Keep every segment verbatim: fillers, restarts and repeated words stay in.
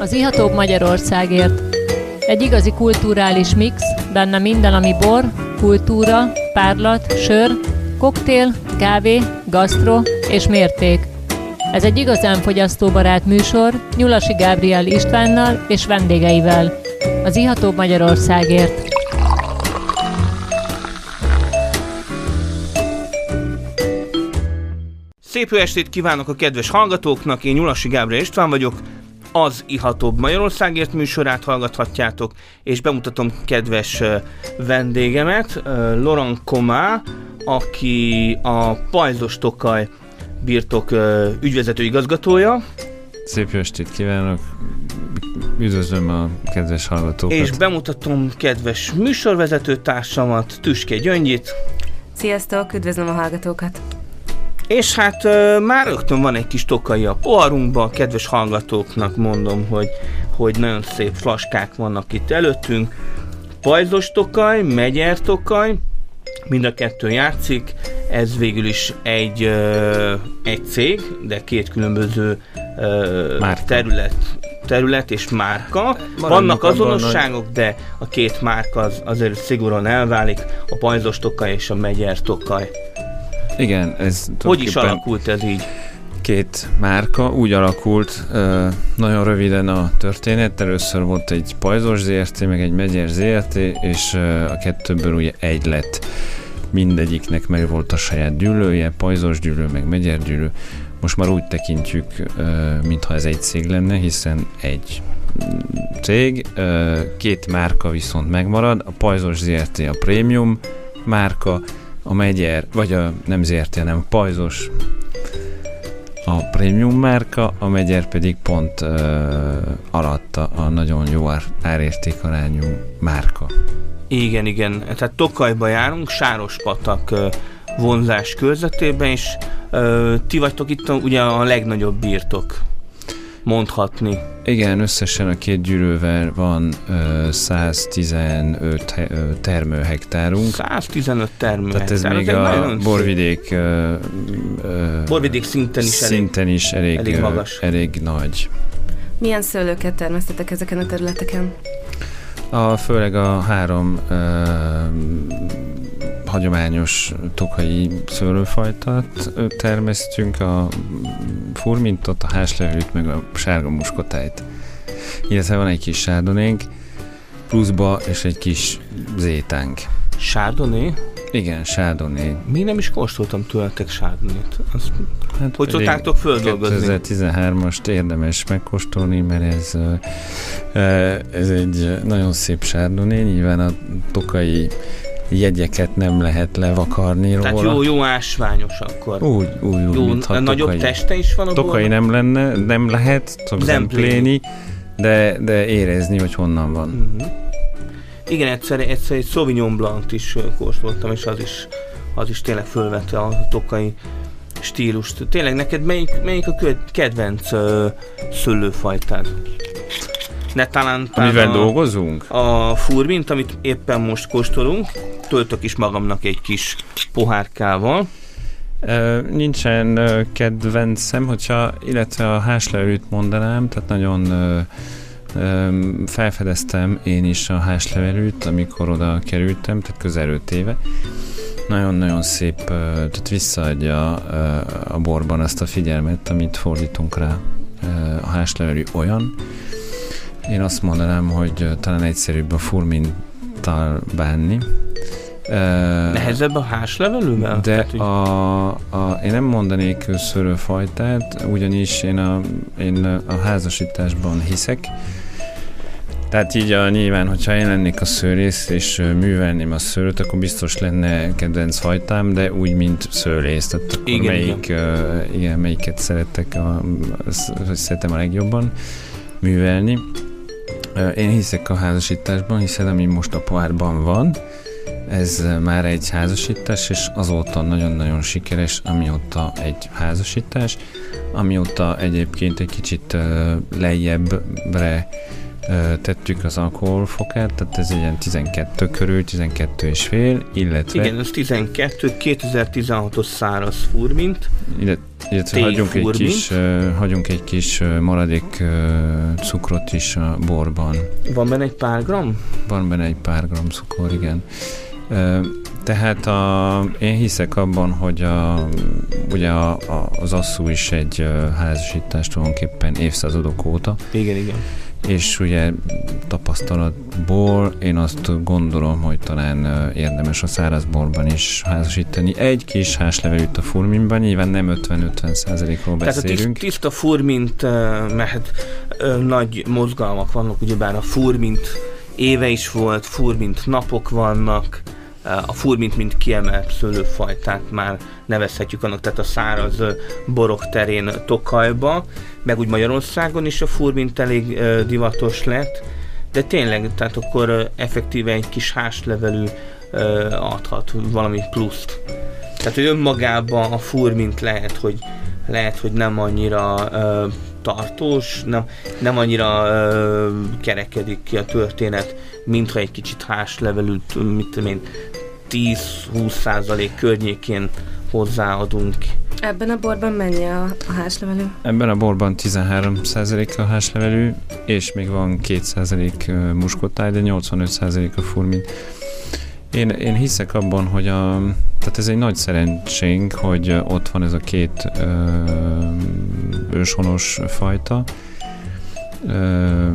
Az ihatóbb Magyarországért. Egy igazi kulturális mix, benne minden, ami bor, kultúra, párlat, sör, koktél, kávé, gasztro és mérték. Ez egy igazán fogyasztóbarát műsor Nyulasi Gábriel Istvánnal és vendégeivel. Az ihatóbb Magyarországért. Szép jó estét kívánok a kedves hallgatóknak, én Nyulasi Gábriel István vagyok, az ihatóbb Magyarországért műsorát hallgathatjátok, és bemutatom kedves vendégemet, Laurent Comá, aki a Pajzos Tokaj birtok ügyvezető igazgatója. Szép jó estét kívánok, üdvözlöm a kedves hallgatókat. És bemutatom kedves műsorvezető társamat, Tüske Gyöngyit. Sziasztok, üdvözlöm a hallgatókat. És hát uh, már rögtön van egy kis tokai a poharunkban, kedves hallgatóknak mondom, hogy, hogy nagyon szép flaskák vannak itt előttünk. Pajzos Tokaj, Megyer Tokaj, mind a kettő játszik, ez végül is egy, uh, egy cég, de két különböző uh, terület, terület és márka. Maradjunk Vannak azonosságok, abban, de a két márka az, azért szigorúan elválik, a Pajzos Tokaj és a Megyer Tokaj. Igen, ez hogy is alakult ez így? Két márka úgy alakult, uh, nagyon röviden a történet. Először volt egy Pajzos zé er té, meg egy Megyer zé er té, és uh, a kettőből ugye egy lett. Mindegyiknek meg volt a saját gyűlője, Pajzos gyűlő, meg Megyer gyűlő. Most már úgy tekintjük, uh, mintha ez egy cég lenne, hiszen egy cég, uh, két márka viszont megmarad. A Pajzos zé er té a prémium márka, a Megyer, vagy a nem zé er té, hanem Pajzos a prémium márka, a Megyer pedig pont uh, alatta a nagyon jó ár, árértékarányú márka. Igen, igen. Tehát Tokajba járunk, Sárospatak uh, vonzás körzetében, és uh, ti vagytok itt a, ugye a legnagyobb birtok, mondhatni. Igen, összesen a két gyűrűvel van uh, száztizenöt he, uh, termőhektárunk. száztizenöt termőhektár. Tehát ez még a borvidék, uh, uh, borvidék szinten is, szinten elég, is elég, elég magas. Uh, elég nagy. Milyen szőlőket termesztetek ezeken a területeken? A, főleg a három uh, hagyományos tokai szőlőfajtát termesztünk, a furmintot, a háslevőt, meg a sárga muskotájt. Illetve van egy kis sárdonnénk, pluszba, és egy kis zétánk. Chardonnay? Igen, Chardonnay. Mi nem is kóstoltam tőletek Chardonnay-t. Azt hát hogy szoktátok földolgozni? kétezer-tizenhármast érdemes megkóstolni, mert ez, ez egy nagyon szép Chardonnay. Nyilván a tokai jegyeket nem lehet levakarni róla. Tehát jó, jó ásványos akkor. Úgy, úgy, úgy jó, mintha nagyobb tokai, teste is van a tokai nem lenne, nem lehet, nem pléni, de, de érezni, hogy honnan van. Uh-huh. Igen, egyszer, egyszer egy Sauvignon Blanc-t is kóstoltam, és az is, az is tényleg fölvette a tokai stílust. Tényleg neked melyik, melyik a kedvenc uh, szőlőfajtád? Ne talán Amivel a, dolgozunk? A furmint, amit éppen most kóstolunk, töltök is magamnak egy kis pohárkával. Uh, nincsen uh, kedvencem, hogyha, illetve a háslevőt mondanám, tehát nagyon uh, um, felfedeztem én is a háslevelűt, amikor oda kerültem, tehát közel öt éve. Nagyon-nagyon szép, uh, tehát visszaadja uh, a borban azt a figyelmet, amit fordítunk rá. Uh, a háslevelű olyan. Én azt mondanám, hogy uh, talán egyszerűbb a furminttal bánni. Uh, Nehezebb a háslevelővel? De hát, a, a, én nem mondanék szőlőfajtát, ugyanis én a, én a házasításban hiszek. Tehát így a, nyilván, hogyha én lennék a szőlész és művelném a szőlőt, akkor biztos lenne kedvenc fajtám, de úgy, mint szőlész. Tehát akkor igen, melyik, igen. Uh, igen, melyiket szeretek, a, hogy szeretem a legjobban művelni. Uh, én hiszek a házasításban, hiszen ami most a pohárban van, ez már egy házasítás, és azóta nagyon-nagyon sikeres, amióta egy házasítás, amióta egyébként egy kicsit uh, lejjebbre tettük az alkoholfokát, tehát ez ilyen tizenkettő körül, tizenkettő és fél, illetve... Igen, ez tizenkettő, kétezer-tizenhatos száraz furmint, illetve hagyjunk egy, kis, uh, hagyunk egy kis uh, maradék uh, cukrot is a borban. Van benne egy pár gram? Van benne egy pár gram cukor, igen. Uh, tehát a, én hiszek abban, hogy a, ugye a, a, az asszú is egy uh, házasítás tulajdonképpen évszázadok óta. Igen, igen. És ugye tapasztalatból én azt gondolom, hogy talán érdemes a szárazborban is házasítani. Egy kis házlevelűt a furminban, nyilván nem ötven-ötven százalékról beszélünk. Tehát a tiszta furmint mehet, nagy mozgalmak vannak, ugyebár a furmint éve is volt, furmint napok vannak, a furmint, mint kiemelt szőlőfajtát már nevezhetjük annak, tehát a száraz borok terén Tokajba, meg úgy Magyarországon is a furmint elég uh, divatos lett, de tényleg, tehát akkor uh, effektíve egy kis házlevelű uh, adhat valami pluszt. Tehát, hogy önmagában a furmint lehet, hogy, lehet, hogy nem annyira uh, tartós, nem, nem annyira uh, kerekedik ki a történet, mintha egy kicsit házlevelűt, mit tudom én, tíz-húsz százalék környékén hozzáadunk. Ebben a borban mennyi a, a házlevelű? Ebben a borban tizenhárom százalék a házlevelű, és még van két százalék muskotáj, de nyolcvanöt százalék a furmin. Én, én hiszek abban, hogy a, tehát ez egy nagy szerencsénk, hogy ott van ez a két ö, őshonos fajta. Ö,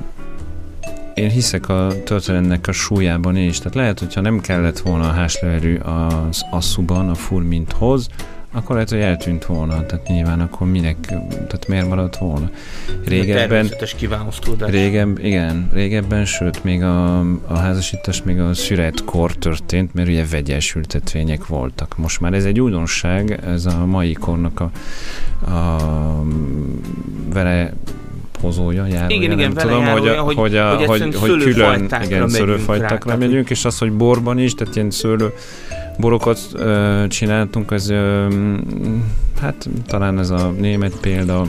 Én hiszek a történetnek a súlyában is. Tehát lehet, hogyha nem kellett volna a házlevelű az asszúban, a furminthoz, akkor lehet, hogy eltűnt volna. Tehát nyilván akkor minek, tehát miért maradt volna? Régebben, természetes kiválasztódás. Régebb, igen, régebben, sőt, még a, a házasítás még a szüretkor történt, mert ugye vegyes ültetvények voltak. Most már ez egy újdonság, ez a mai kornak a, a vele hozója, járója, igen, nem igen, tudom, járója, hogy, hogy, hogy, a, hogy, hogy, hogy külön igen, szőlőfajtákra rá, megyünk, és az, hogy borban is, tehát ilyen szőlő borokat ö, csináltunk, ez ö, hát talán ez a német példa.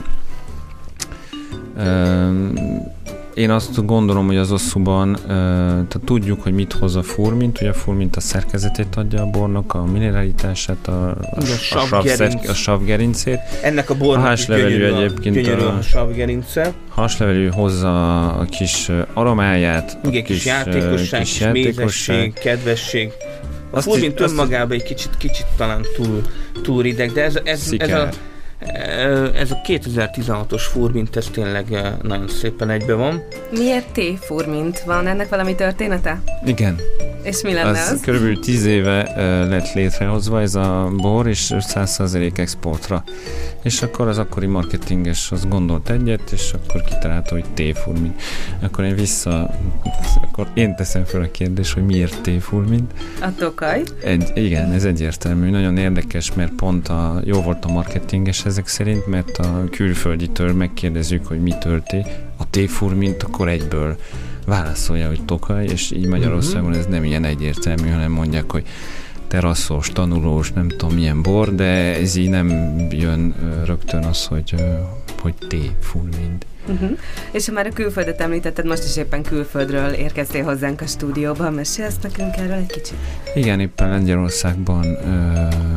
Ö, Én azt gondolom, hogy az asszúban, tehát tudjuk, hogy mit hoz a furmint, ugye a furmint a szerkezetét adja a bornak, a mineralitását, a, a, a, savgerinc. a savgerincét. Ennek a bornak a házlevelű egyébként gyönyörű a, a savgerince. Házlevelű hozza a kis aromáját, a kis, kis játékosság, kis mézesség, kedvesség. A azt furmint önmagában egy kicsit, kicsit talán túl, túl rideg, de ez, ez, ez a Ez a kétezer-tizenhatos furmint, ez tényleg nagyon szépen egybe van. Miért T-furmint? Van ennek valami története? Igen. És mi lenne az? az? Körülbelül tíz éve uh, lett létrehozva ez a bor, és száz százalék exportra. És akkor az akkori marketinges az gondolt egyet, és akkor kitalálta, hogy T-furmint. Akkor én vissza, akkor én teszem fel a kérdést, hogy miért T-furmint. A Tokaj? Egy, igen, ez egyértelmű. Nagyon érdekes, mert pont a, jó volt a marketinges ezek szerint, mert a külfölditől megkérdezzük, hogy mitől T. A T-furmint, akkor egyből válaszolja, hogy Tokaj, és így Magyarországon ez nem ilyen egyértelmű, hanem mondják, hogy terasszos, tanulós, nem tudom milyen bor, de ez így nem jön rögtön az, hogy, hogy T-furmint. Uh-huh. És ha már a külföldet említetted, most is éppen külföldről érkeztél hozzánk a stúdióba, mesélsz nekünk erről egy kicsit? Igen, éppen Lengyelországban ö,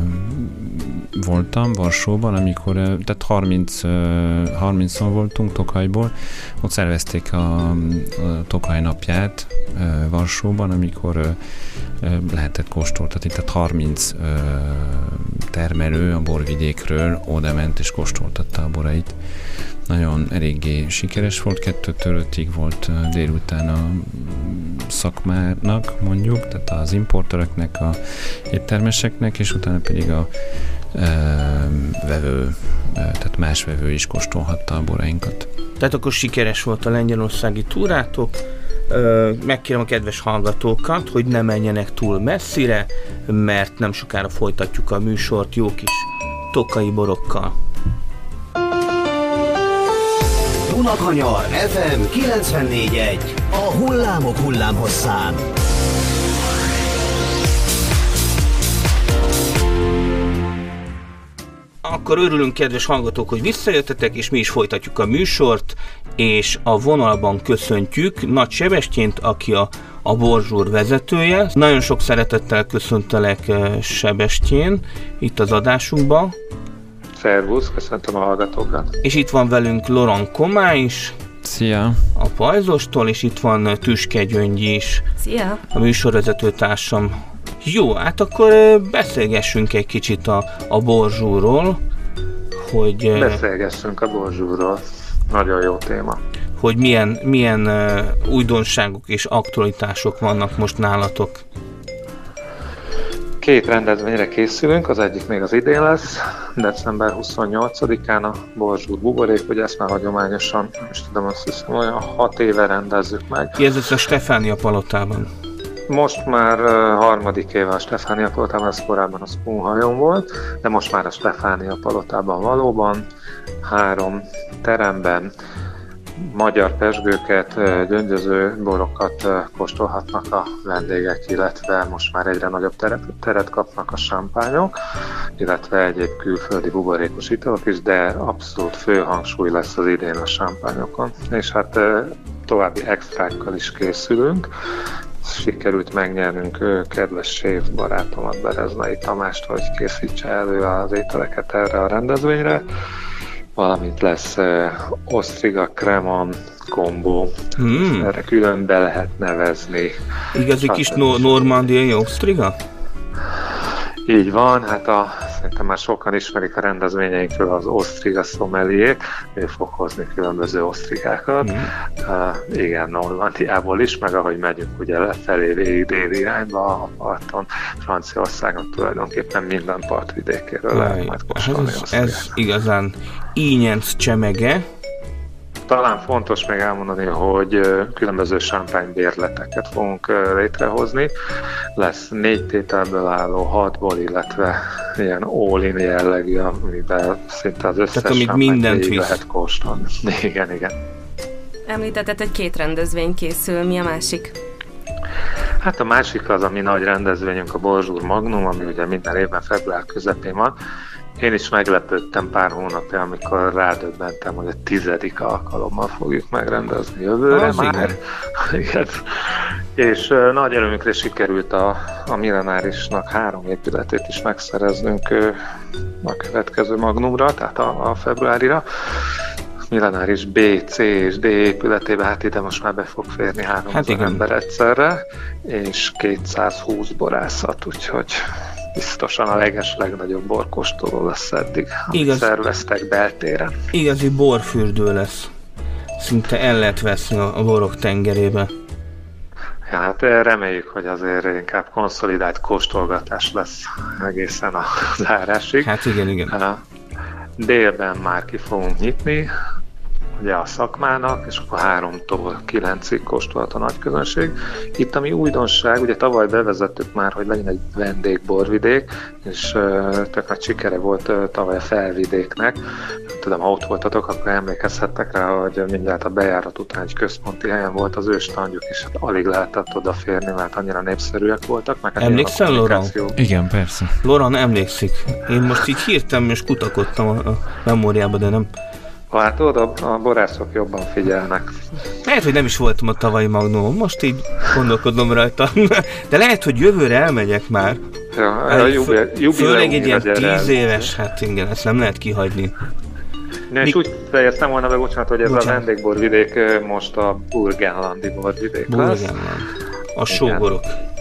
voltam, Varsóban, amikor, tehát harminc, harmincon voltunk Tokajból, ott szervezték a, a Tokaj napját Varsóban, amikor lehetett kóstoltatni, tehát harminc termelő a borvidékről oda ment és kóstoltatta a borait. Nagyon eléggé sikeres volt, kettőtől ötig volt délután a szakmának, mondjuk, tehát az importőröknek, a éttermeseknek, és utána pedig a e, vevő, e, tehát más vevő is kóstolhatta a borainkat. Tehát akkor sikeres volt a lengyelországi túrátok. Megkérem a kedves hallgatókat, hogy ne menjenek túl messzire, mert nem sokára folytatjuk a műsort jó kis tokai borokkal. Dunakanyar ef em kilencvennégy egy. A hullámok hullámhosszán. A akkor örülünk, kedves hallgatók, hogy visszajöttetek, és mi is folytatjuk a műsort, és a vonalban köszöntjük Nagy Sebestyént, aki a, a Borzsúr vezetője. Nagyon sok szeretettel köszöntelek, Sebestyén, itt az adásunkban. Szervusz, köszöntöm a hallgatókat. És itt van velünk Laurent Komá is. Szia! A Pajzostól, és itt van Tüske Gyöngyi is. Szia! A műsorvezető társam. Jó, hát akkor beszélgessünk egy kicsit a, a Borzsúrról, hogy... Beszélgessünk a Borzsúrról. Nagyon jó téma. Hogy milyen, milyen uh, újdonságok és aktualitások vannak most nálatok. Két rendezvényre készülünk, az egyik még az idén lesz, december huszonnyolcadikán a Borzsúr buborék, ugye ezt már hagyományosan, most tudom, azt hiszem, olyan hat éve rendezzük meg. Ki ez a Stefánia palotában? Most már uh, harmadik éve a Stefánia palotában, ez korábban a Spoonhajon volt, de most már a Stefánia palotában valóban, három teremben, magyar pezsgőket, gyöngyöző borokat kóstolhatnak a vendégek, illetve most már egyre nagyobb teret, teret kapnak a sampányok, illetve egyéb külföldi buborékos italok is, de abszolút fő hangsúly lesz az idén a sampányokon. És hát további extrákkal is készülünk. Sikerült megnyernünk kedves séf barátomat, Bereznai Tamást, hogy készítse elő az ételeket erre a rendezvényre. Valamint lesz uh, osztriga kremon kombó, hmm. erre külön be lehet nevezni. Igazi kis no- normandiai osztriga? Így van, hát a, szerintem már sokan ismerik a rendezvényeinkről az osztriga szomeliék, ő fog hozni különböző osztrigákat. Hmm. Uh, igen, Normandiából is, meg ahogy megyünk ugye lefelé végig déli irányba a parton, Franciaországon tulajdonképpen minden partvidékéről lehet majd kóstolni ez, ez igazán ínyenc csemege. Talán fontos még elmondani, hogy különböző sámpánybérleteket fogunk létrehozni. Lesz négy tételből álló, hatból, illetve ilyen all-in jellegű, amiben szinte az összes sámpányt végig lehet kóstolni. Igen, igen. Említetted, hogy két rendezvény készül, mi a másik? Hát a másik az, ami nagy rendezvényünk, a Borzsúr Magnum, ami ugye minden évben február közepén van. Én is meglepődtem pár hónapja, amikor rádöbbentem, hogy a tizedik alkalommal fogjuk megrendezni jövőre az már. Igen. És uh, nagy örömünkre sikerült a, a Millenárisnak három épületét is megszereznünk uh, a következő Magnumra, tehát a, a februárira. Millenáris B, C és D épületébe, hát ide most már be fog férni háromszáz hát ember egyszerre, és kétszázhúsz borászat, úgyhogy biztosan a leges legnagyobb borkóstoló lesz eddig, amit Igaz. szerveztek beltéren. Igazi borfürdő lesz. Szinte el lehet veszni a borok tengerébe. Ja, hát reméljük, hogy azért inkább konszolidált kóstolgatás lesz egészen a zárásig. Hát igen, igen. Délben már ki fogunk nyitni, ugye a szakmának, és akkor háromtól kilencig kóstolhat a nagy közönség. Itt ami újdonság, ugye tavaly bevezettük már, hogy legyen egy vendégborvidék, és uh, tök nagy sikere volt uh, tavaly a Felvidéknek. Tudom, ha ott voltatok, akkor emlékezhettek rá, hogy mindjárt a bejárat után egy központi helyen volt az ő standjuk, és hát alig lehetett odaférni, mert annyira népszerűek voltak. Meg emlékszel, Laurent? Igen, persze. Laurent emlékszik. Én most így hirtelen és kutakodtam a, a memóriába, de nem... Hát oda a borászok jobban figyelnek. Lehet, hogy nem is voltam a tavalyi Magnumon, most így gondolkodom rajta. De lehet, hogy jövőre elmegyek már. Ja, a jubileum, főleg egy ilyen tíz éves, hát igen, ezt nem lehet kihagyni. Ja, és Mi... úgy fejeztem volna be, bocsánat, hogy ez bocsánat. a vendégborvidék most a burgenlandi borvidék lesz. Burgenland. A sóborok.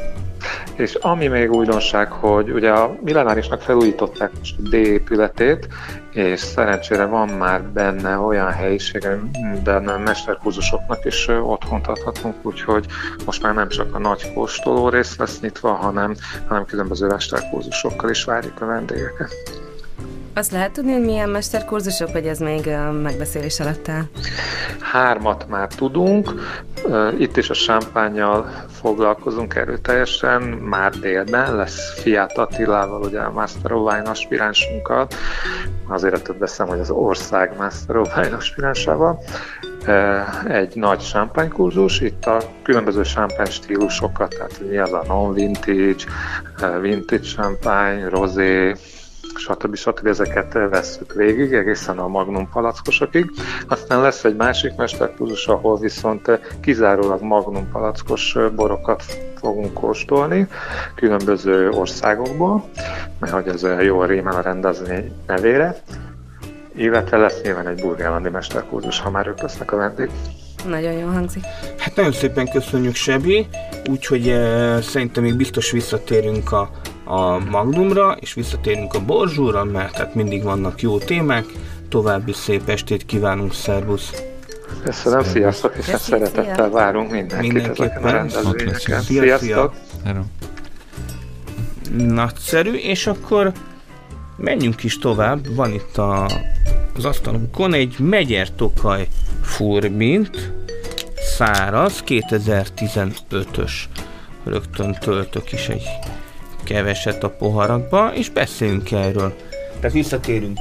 És ami még újdonság, hogy ugye a Millenárisnak felújították most a D épületét, és szerencsére van már benne olyan helyiség, amiben mesterkurzusoknak is otthont adhatunk, úgyhogy most már nem csak a nagy kóstoló rész lesz nyitva, hanem, hanem különböző mesterkurzusokkal is várjuk a vendégeket. Azt lehet tudni, hogy milyen mesterkurzusok, vagy ez még megbeszélés alatt áll? Hármat már tudunk. Itt is a sámpánnyal foglalkozunk erőteljesen. Már délben lesz Fiát Attilával, ugye a Master of Wine aspiránsunkkal. Azért több beszélem, hogy az ország Master of Wine aspiránsával. Egy nagy sámpánykurzus, itt a különböző sámpány stílusokat, tehát mi az a non-vintage, vintage sámpány, rosé, stb. stb. Ezeket vesszük végig, egészen a magnum palackosokig. Aztán lesz egy másik mesterkurzus, ahol viszont kizárólag magnum palackos borokat fogunk kóstolni különböző országokból, mert hogy ez jól rímel a rendezvény nevére. Illetve lesz nyilván egy burgenlandi mesterkurzus, ha már ők lesznek a vendég. Nagyon jól hangzik. Hát nagyon szépen köszönjük, Sebi, úgyhogy e, szerintem még biztos visszatérünk a, a Magnumra, és visszatérünk a Borzsúra, mert hát mindig vannak jó témák. További szép estét kívánunk, szervusz! Köszönöm, sziasztok, és hát szeretettel várunk mindenkit ezeken a rendezvényeken. Sziasztok! Nagyszerű, és akkor menjünk is tovább. Van itt a, az asztalunkon egy Megyer Tokaj Furmint, száraz, kétezer-tizenötös. Rögtön töltök is egy keveset a poharakba, és beszéljünk erről. Tehát visszatérünk.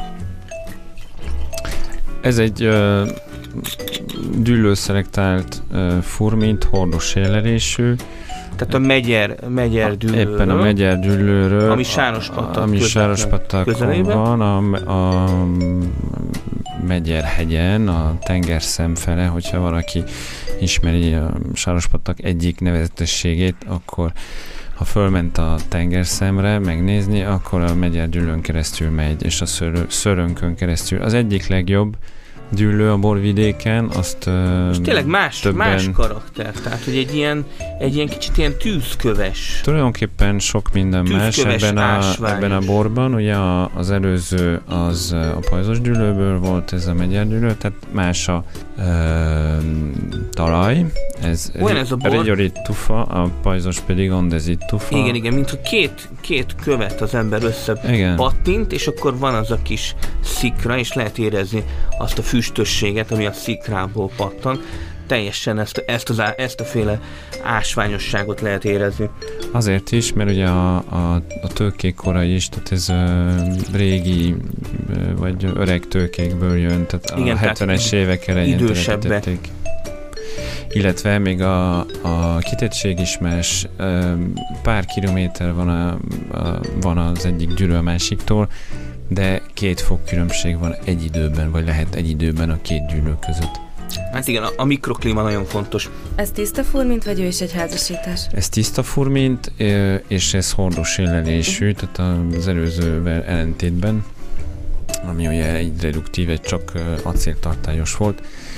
Ez egy uh, dűlőszelektált uh, furmint, hordos élelésű. Tehát a Megyer, Megyer dűlőről. Éppen a Megyer dűlőről. Ami Sárospatak Ami Sárospatakon van, a, a Megyerhegyen, a tengerszem fele, hogyha valaki ismeri a Sárospatak egyik nevezetességét, akkor ha fölment a tengerszemre megnézni, akkor a Megyer dűlőn keresztül megy, és a szörö, szörönkön keresztül. Az egyik legjobb dűlő a borvidéken, azt és tényleg más, többen... más karakter, tehát hogy egy ilyen, egy ilyen kicsit ilyen tűzköves. Tulajdonképpen sok minden más ebben a, ebben a borban, ugye a, az előző az a pajzos dűlőből volt, ez a Megyer dűlő, tehát más a ö, talaj, ez, olyan ez a bor... Rigyorit tufa, a pajzos pedig andezit tufa. Igen, igen, mintha két, két követ az ember összepattint, és akkor van az a kis szikra, és lehet érezni azt a füstösséget, ami a szikrából pattan. Teljesen ezt, ezt, az, ezt a féle ásványosságot lehet érezni. Azért is, mert ugye a, a, a tőkék korai is, tehát ez uh, régi uh, vagy öreg tőkékből jön, tehát igen, a hetvenes évek elején telepítették. Illetve még a, a kitettség is más, pár kilométer van, a, a, van az egyik dűlő a másiktól, de két fok különbség van egy időben, vagy lehet egy időben a két dűlő között. Hát igen, a, a mikroklíma nagyon fontos. Ez tiszta furmint, vagy ő is egy házasítás? Ez tiszta furmint, és ez hordos élelésű, tehát az előzővel ellentétben, ami ugye egy reduktív, egy csak acéltartályos volt.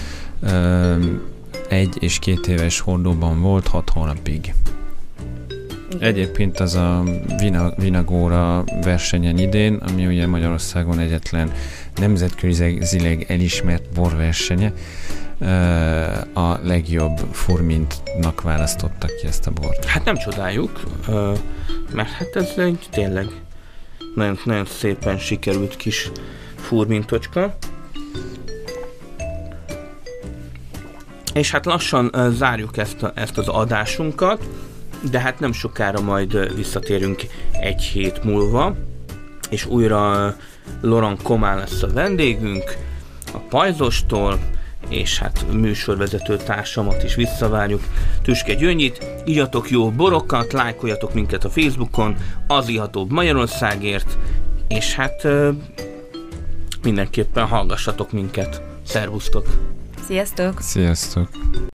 Egy és két éves hordóban volt hat hónapig. Okay. Egyébként az a Vinagóra versenyen idén, ami ugye Magyarországon egyetlen nemzetközileg elismert borversenye, a legjobb furmintnak választottak ki ezt a bort. Hát nem csodáljuk, mert hát ez egy tényleg nagyon, nagyon szépen sikerült kis furmintocska. És hát lassan uh, zárjuk ezt, a, ezt az adásunkat, de hát nem sokára majd uh, visszatérünk egy hét múlva, és újra uh, Laurent Komán lesz a vendégünk a Pajzostól, és hát műsorvezető társamat is visszavárjuk, Tüske Gyöngyit. Igyatok jó borokat, lájkoljatok minket a Facebookon, az ihatóbb Magyarországért, és hát uh, mindenképpen hallgassatok minket. Szervusztok! Sziasztok! Sziasztok!